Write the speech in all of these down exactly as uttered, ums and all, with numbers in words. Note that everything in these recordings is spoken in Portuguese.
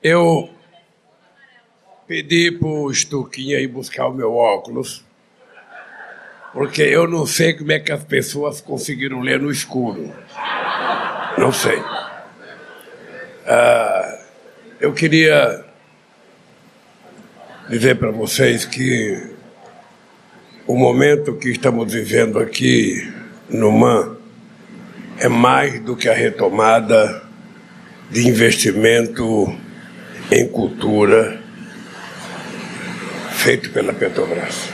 Eu pedi para o Stuquinha ir buscar o meu óculos, porque eu não sei como é que as pessoas conseguiram ler no escuro. Não sei. Ah, eu queria dizer para vocês que o momento que estamos vivendo aqui no M A N é mais do que a retomada de investimento em cultura feito pela Petrobras.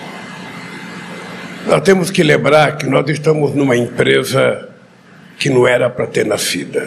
Nós temos que lembrar que nós estamos numa empresa que não era para ter nascido.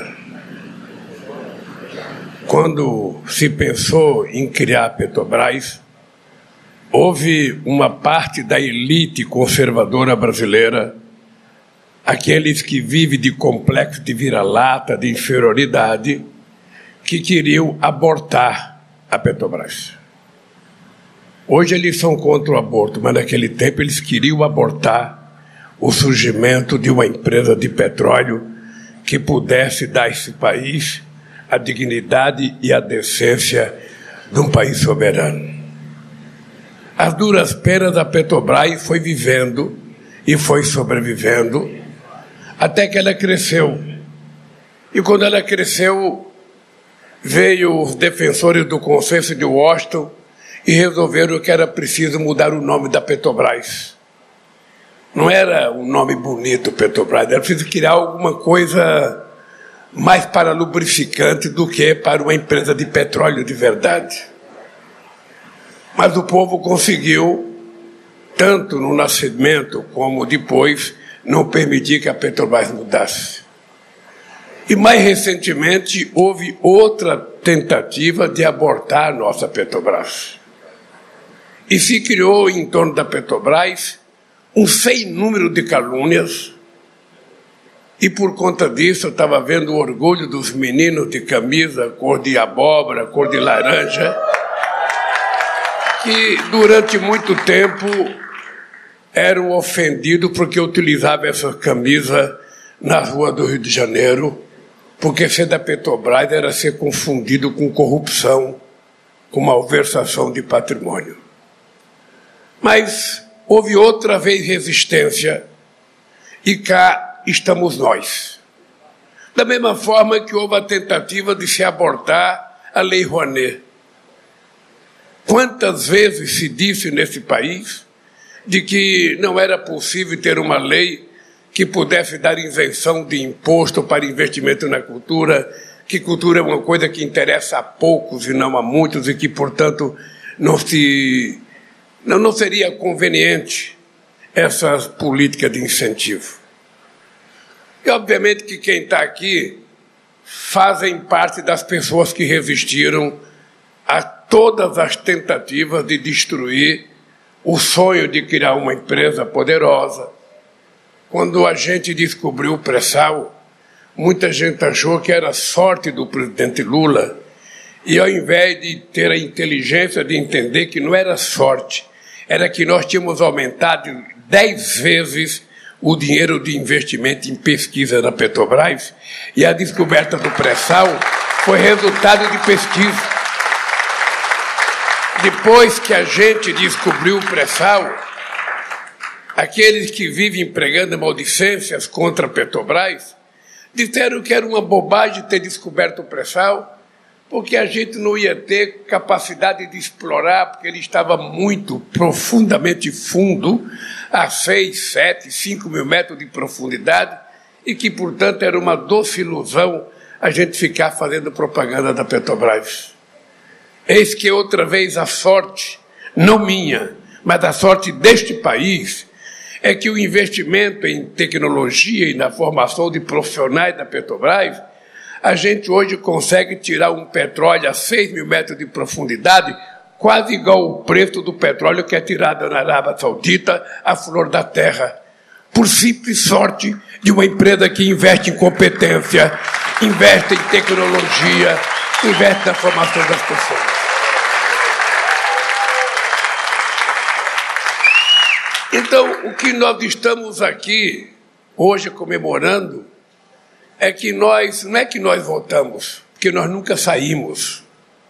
Quando se pensou em criar a Petrobras, houve uma parte da elite conservadora brasileira, aqueles que vivem de complexo de vira-lata, de inferioridade, que queriam abortar a Petrobras. Hoje eles são contra o aborto, mas naquele tempo eles queriam abortar o surgimento de uma empresa de petróleo que pudesse dar a esse país a dignidade e a decência de um país soberano. As duras penas da Petrobras foi vivendo e foi sobrevivendo até que ela cresceu. E quando ela cresceu, veio os defensores do consenso de Washington e resolveram que era preciso mudar o nome da Petrobras. Não era um nome bonito, Petrobras, era preciso criar alguma coisa mais para lubrificante do que para uma empresa de petróleo de verdade. Mas o povo conseguiu, tanto no nascimento como depois, não permitir que a Petrobras mudasse. E mais recentemente houve outra tentativa de abortar a nossa Petrobras. E se criou em torno da Petrobras um sem número de calúnias, e por conta disso eu estava vendo o orgulho dos meninos de camisa cor de abóbora, cor de laranja, que durante muito tempo eram ofendidos porque utilizavam essa camisa na rua do Rio de Janeiro, porque ser da Petrobras era ser confundido com corrupção, com malversação de patrimônio. Mas houve outra vez resistência, e cá estamos nós. Da mesma forma que houve a tentativa de se abortar a Lei Rouanet. Quantas vezes se disse nesse país de que não era possível ter uma lei que pudesse dar isenção de imposto para investimento na cultura, que cultura é uma coisa que interessa a poucos e não a muitos, e que, portanto, não, se, não, não seria conveniente essa política de incentivo. E, obviamente, que quem está aqui fazem parte das pessoas que resistiram a todas as tentativas de destruir o sonho de criar uma empresa poderosa. Quando a gente descobriu o pré-sal, muita gente achou que era sorte do presidente Lula, e ao invés de ter a inteligência de entender que não era sorte, era que nós tínhamos aumentado dez vezes o dinheiro de investimento em pesquisa na Petrobras, e a descoberta do pré-sal foi resultado de pesquisa. Depois que a gente descobriu o pré-sal, aqueles que vivem pregando maldicências contra a Petrobras disseram que era uma bobagem ter descoberto o pré-sal, porque a gente não ia ter capacidade de explorar, porque ele estava muito profundamente fundo, a seis, sete, cinco mil metros de profundidade, e que, portanto, era uma doce ilusão a gente ficar fazendo propaganda da Petrobras. Eis que outra vez a sorte, não minha, mas a sorte deste país, é que o investimento em tecnologia e na formação de profissionais da Petrobras, a gente hoje consegue tirar um petróleo a seis mil metros de profundidade, quase igual o preço do petróleo que é tirado na Arábia Saudita, a flor da terra, por simples sorte de uma empresa que investe em competência, investe em tecnologia, investe na formação das pessoas. Então, o que nós estamos aqui hoje comemorando é que nós, não é que nós votamos, porque nós nunca saímos.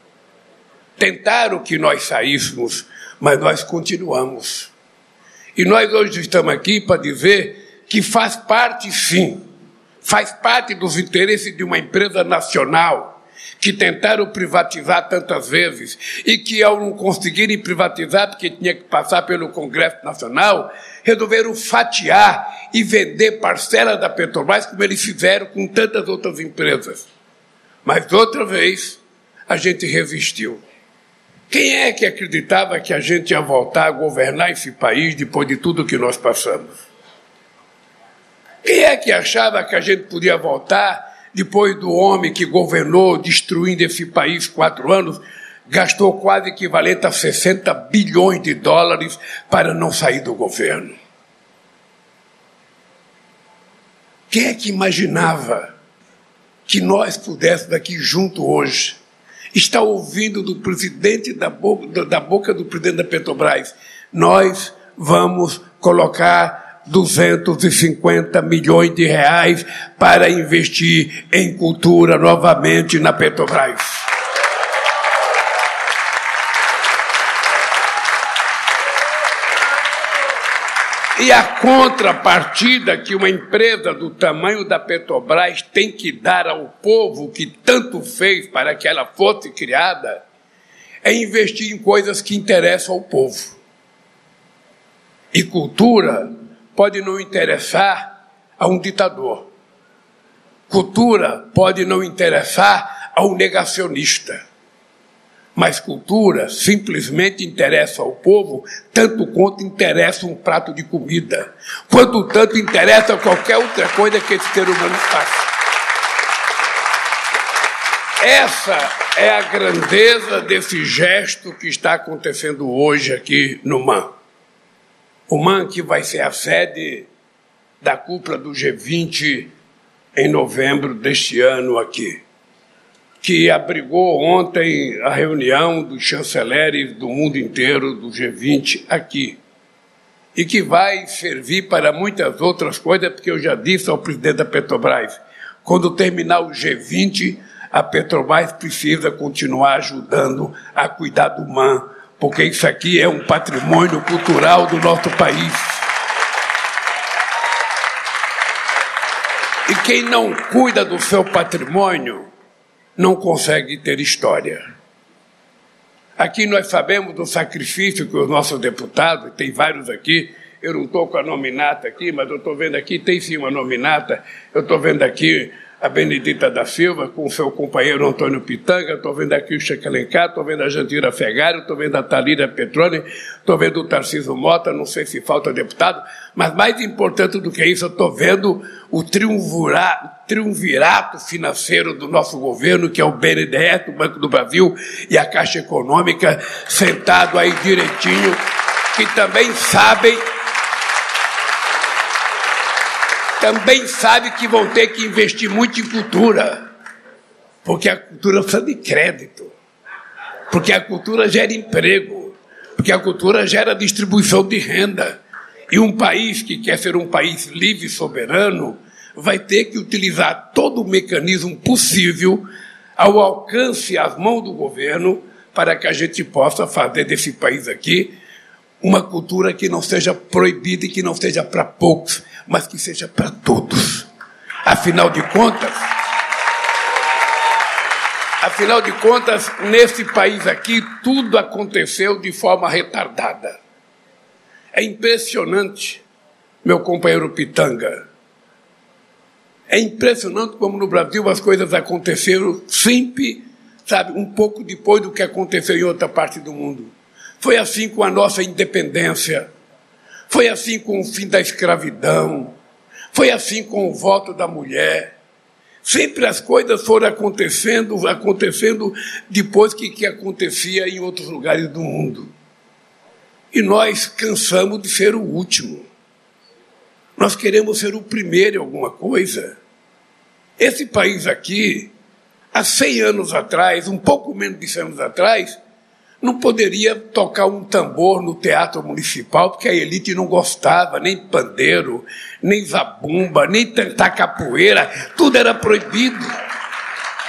Tentaram que nós saíssemos, mas nós continuamos. E nós hoje estamos aqui para dizer que faz parte, sim, faz parte dos interesses de uma empresa nacional que tentaram privatizar tantas vezes e que, ao não conseguirem privatizar, porque tinha que passar pelo Congresso Nacional, resolveram fatiar e vender parcela da Petrobras, como eles fizeram com tantas outras empresas. Mas, outra vez, a gente resistiu. Quem é que acreditava que a gente ia voltar a governar esse país depois de tudo que nós passamos? Quem é que achava que a gente podia voltar depois do homem que governou, destruindo esse país quatro anos, gastou quase equivalente a sessenta bilhões de dólares para não sair do governo? Quem é que imaginava que nós pudéssemos aqui junto hoje estar ouvindo do presidente, da boca, da boca do presidente da Petrobras, nós vamos colocar duzentos e cinquenta milhões de reais para investir em cultura novamente na Petrobras? E a contrapartida que uma empresa do tamanho da Petrobras tem que dar ao povo que tanto fez para que ela fosse criada é investir em coisas que interessam ao povo. E cultura pode não interessar a um ditador. Cultura pode não interessar a um negacionista. Mas cultura simplesmente interessa ao povo tanto quanto interessa um prato de comida, quanto tanto interessa qualquer outra coisa que esse ser humano faça. Essa é a grandeza desse gesto que está acontecendo hoje aqui no M A N. O M A N, que vai ser a sede da cúpula do G vinte em novembro deste ano aqui, que abrigou ontem a reunião dos chanceleres do mundo inteiro do G vinte aqui, e que vai servir para muitas outras coisas, porque eu já disse ao presidente da Petrobras, quando terminar o G vinte, a Petrobras precisa continuar ajudando a cuidar do M A N, porque isso aqui é um patrimônio cultural do nosso país. E quem não cuida do seu patrimônio não consegue ter história. Aqui nós sabemos do sacrifício que os nossos deputados, tem vários aqui, eu não estou com a nominata aqui, mas eu estou vendo aqui, tem sim uma nominata, eu estou vendo aqui a Benedita da Silva com o seu companheiro Antônio Pitanga, estou vendo aqui o Chico Alencar, estou vendo a Jandira Fegário, estou vendo a Thalíria Petroni, estou vendo o Tarcísio Mota, não sei se falta deputado, mas mais importante do que isso, eu estou vendo o triunvirato financeiro do nosso governo, que é o B N D E S, o Banco do Brasil e a Caixa Econômica, sentado aí direitinho, que também sabem também sabe que vão ter que investir muito em cultura, porque a cultura precisa de crédito, porque a cultura gera emprego, porque a cultura gera distribuição de renda. E um país que quer ser um país livre e soberano vai ter que utilizar todo o mecanismo possível ao alcance, às mãos do governo, para que a gente possa fazer desse país aqui uma cultura que não seja proibida e que não seja para poucos, mas que seja para todos. Afinal de contas, afinal de contas, nesse país aqui, tudo aconteceu de forma retardada. É impressionante, meu companheiro Pitanga. É impressionante como no Brasil as coisas aconteceram sempre, sabe, um pouco depois do que aconteceu em outra parte do mundo. Foi assim com a nossa independência, foi assim com o fim da escravidão, foi assim com o voto da mulher. Sempre as coisas foram acontecendo, acontecendo depois que, que acontecia em outros lugares do mundo. E nós cansamos de ser o último. Nós queremos ser o primeiro em alguma coisa. Esse país aqui, há cem anos atrás, um pouco menos de cem anos atrás, não poderia tocar um tambor no Teatro Municipal, porque a elite não gostava, nem pandeiro, nem zabumba, nem cantar capoeira, tudo era proibido.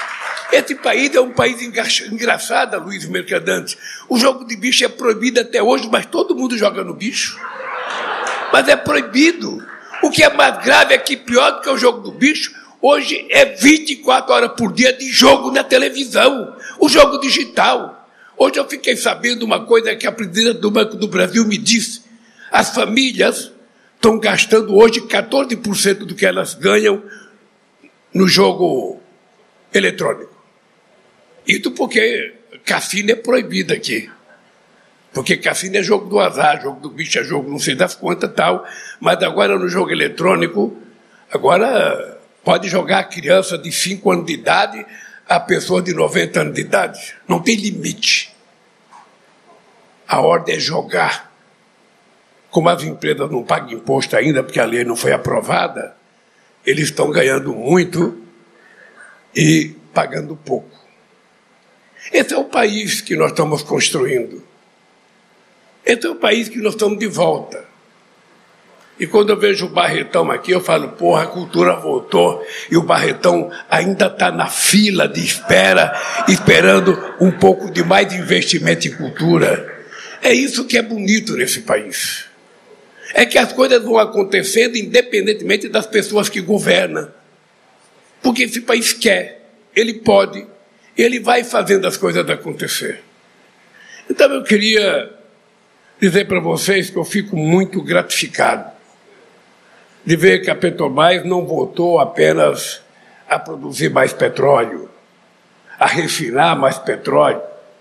Esse país é um país engraçado, Luiz Mercadante. O jogo de bicho é proibido até hoje, mas todo mundo joga no bicho. Mas é proibido. O que é mais grave é que, pior do que o jogo do bicho, hoje é vinte e quatro horas por dia de jogo na televisão. O jogo digital. Hoje eu fiquei sabendo uma coisa que a presidenta do Banco do Brasil me disse. As famílias estão gastando hoje quatorze por cento do que elas ganham no jogo eletrônico. Isso porque cassino é proibido aqui. Porque cassino é jogo do azar, jogo do bicho é jogo não sei das quantas e tal. Mas agora no jogo eletrônico, agora pode jogar a criança de cinco anos de idade a pessoa de noventa anos de idade. Não tem limite. A ordem é jogar. Como as empresas não pagam imposto ainda, porque a lei não foi aprovada, eles estão ganhando muito e pagando pouco. Esse é o país que nós estamos construindo. Esse é o país que nós estamos de volta. E quando eu vejo o Barretão aqui, eu falo, porra, a cultura voltou, e o Barretão ainda está na fila de espera, esperando um pouco de mais investimento em cultura. É isso que é bonito nesse país. É que as coisas vão acontecendo independentemente das pessoas que governam. Porque esse país quer, ele pode, ele vai fazendo as coisas acontecer. Então eu queria dizer para vocês que eu fico muito gratificado de ver que a Petrobras não voltou apenas a produzir mais petróleo, a refinar mais petróleo.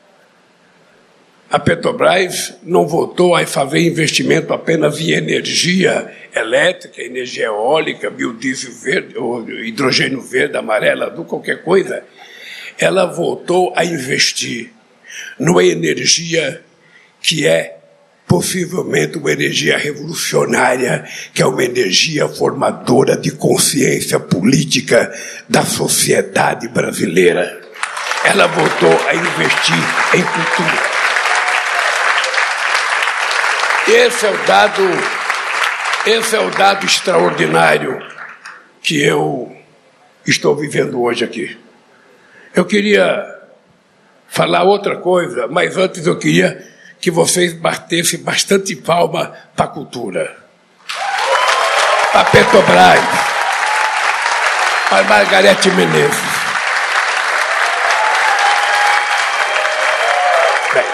A Petrobras não voltou a fazer investimento apenas em energia elétrica, energia eólica, biodiesel verde, ou hidrogênio verde, amarelo, azul, qualquer coisa. Ela voltou a investir numa energia que é possivelmente uma energia revolucionária, que é uma energia formadora de consciência política da sociedade brasileira. Ela voltou a investir em cultura. Esse é o dado, esse é o dado extraordinário que eu estou vivendo hoje aqui. Eu queria falar outra coisa, mas antes eu queria que vocês batessem bastante palma para a cultura. Para a Petrobras, para a Margarete Menezes. Bem,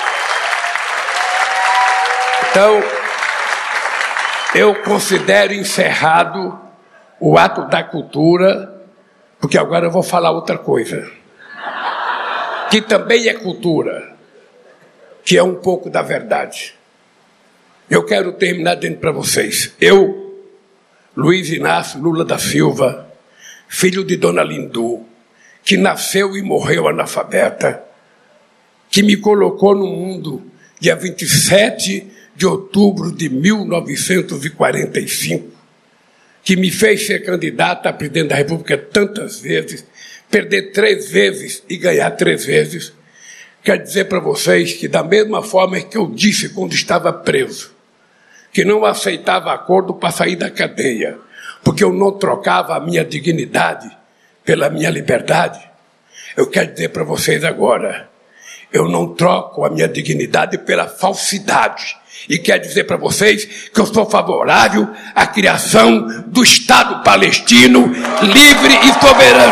então, eu considero encerrado o ato da cultura, porque agora eu vou falar outra coisa, que também é cultura, que é um pouco da verdade. Eu quero terminar dizendo para vocês, eu, Luiz Inácio Lula da Silva, filho de Dona Lindu, que nasceu e morreu analfabeta, que me colocou no mundo dia vinte e sete de outubro de mil novecentos e quarenta e cinco, que me fez ser candidato a presidente da República tantas vezes, perder três vezes e ganhar três vezes. Quero dizer para vocês que, da mesma forma que eu disse quando estava preso, que não aceitava acordo para sair da cadeia, porque eu não trocava a minha dignidade pela minha liberdade, eu quero dizer para vocês agora, eu não troco a minha dignidade pela falsidade. E quero dizer para vocês que eu sou favorável à criação do Estado palestino livre e soberano.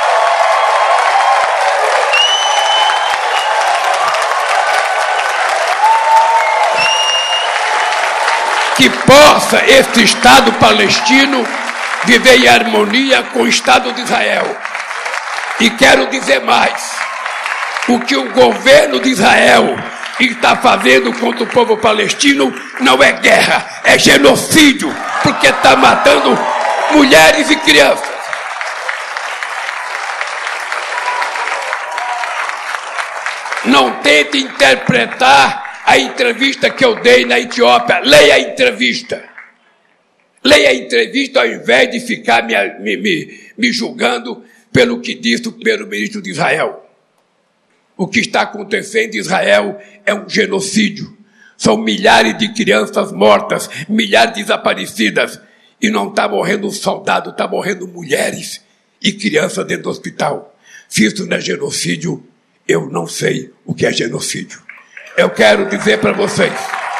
Que possa este Estado palestino viver em harmonia com o Estado de Israel. E quero dizer mais, o que o governo de Israel está fazendo contra o povo palestino não é guerra, é genocídio, porque está matando mulheres e crianças. Não tente interpretar a entrevista que eu dei na Etiópia. Leia a entrevista. Leia a entrevista ao invés de ficar me, me, me, me julgando pelo que disse o primeiro-ministro de Israel. O que está acontecendo em Israel é um genocídio. São milhares de crianças mortas, milhares desaparecidas. E não está morrendo um soldado, está morrendo mulheres e crianças dentro do hospital. Se isso não é genocídio, eu não sei o que é genocídio. Eu quero dizer para vocês,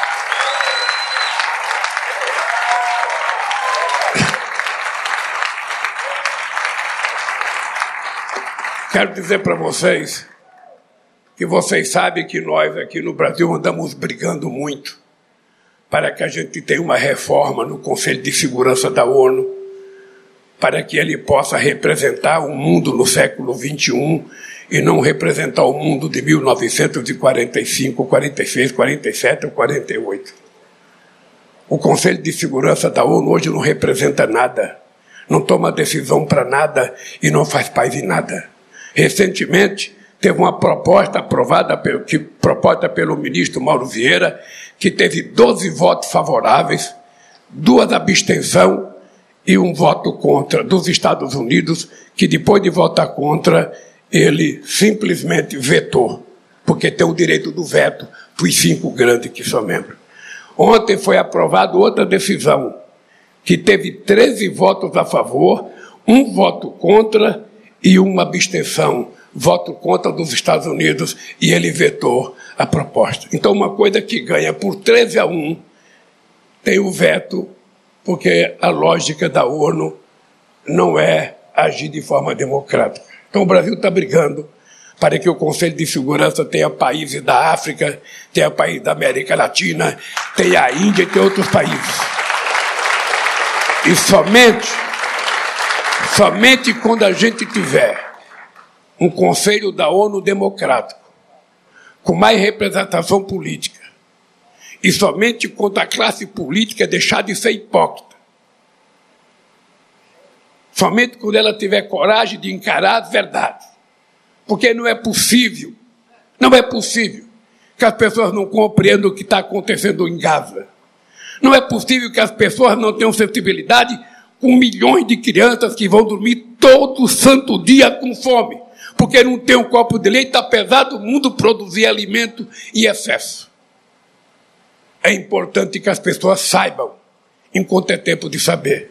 quero dizer para vocês que vocês sabem que nós aqui no Brasil andamos brigando muito para que a gente tenha uma reforma no Conselho de Segurança da ONU, para que ele possa representar o mundo no século vinte e um e não representar o mundo de mil novecentos e quarenta e cinco, quarenta e seis, quarenta e sete ou quarenta e oito. O Conselho de Segurança da ONU hoje não representa nada, não toma decisão para nada e não faz paz em nada. Recentemente, teve uma proposta aprovada pelo, que, proposta pelo ministro Mauro Vieira, que teve doze votos favoráveis, duas abstenções e um voto contra dos Estados Unidos, que depois de votar contra, ele simplesmente vetou, porque tem o direito do veto dos cinco grandes que são membros. Ontem foi aprovada outra decisão, que teve treze votos a favor, um voto contra e uma abstenção, voto contra dos Estados Unidos, e ele vetou a proposta. Então, uma coisa que ganha por treze a um, tem o veto, porque a lógica da ONU não é agir de forma democrática. Então, o Brasil está brigando para que o Conselho de Segurança tenha países da África, tenha países da América Latina, tenha a Índia e tenha outros países. E somente, somente quando a gente tiver um Conselho da ONU democrático, com mais representação política, e somente quando a classe política deixar de ser hipócrita, somente quando ela tiver coragem de encarar as verdades, porque não é possível, não é possível que as pessoas não compreendam o que está acontecendo em Gaza. Não é possível que as pessoas não tenham sensibilidade com milhões de crianças que vão dormir todo santo dia com fome, porque não tem um copo de leite, apesar do mundo produzir alimento em excesso. É importante que as pessoas saibam, enquanto é tempo de saber.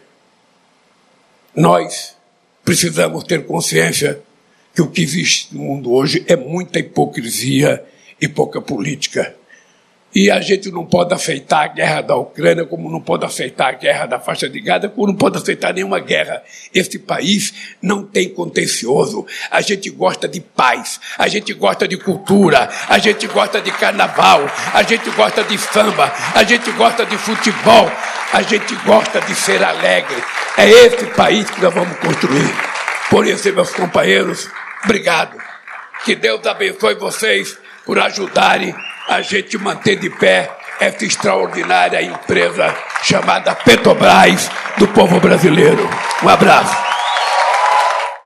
Nós precisamos ter consciência que o que existe no mundo hoje é muita hipocrisia e pouca política. E a gente não pode aceitar a guerra da Ucrânia, como não pode aceitar a guerra da faixa de Gaza, como não pode aceitar nenhuma guerra. Este país não tem contencioso. A gente gosta de paz, a gente gosta de cultura, a gente gosta de carnaval, a gente gosta de samba, a gente gosta de futebol, a gente gosta de ser alegre. É esse país que nós vamos construir. Por isso, meus companheiros, obrigado. Que Deus abençoe vocês por ajudarem a gente manter de pé essa extraordinária empresa chamada Petrobras do povo brasileiro. Um abraço.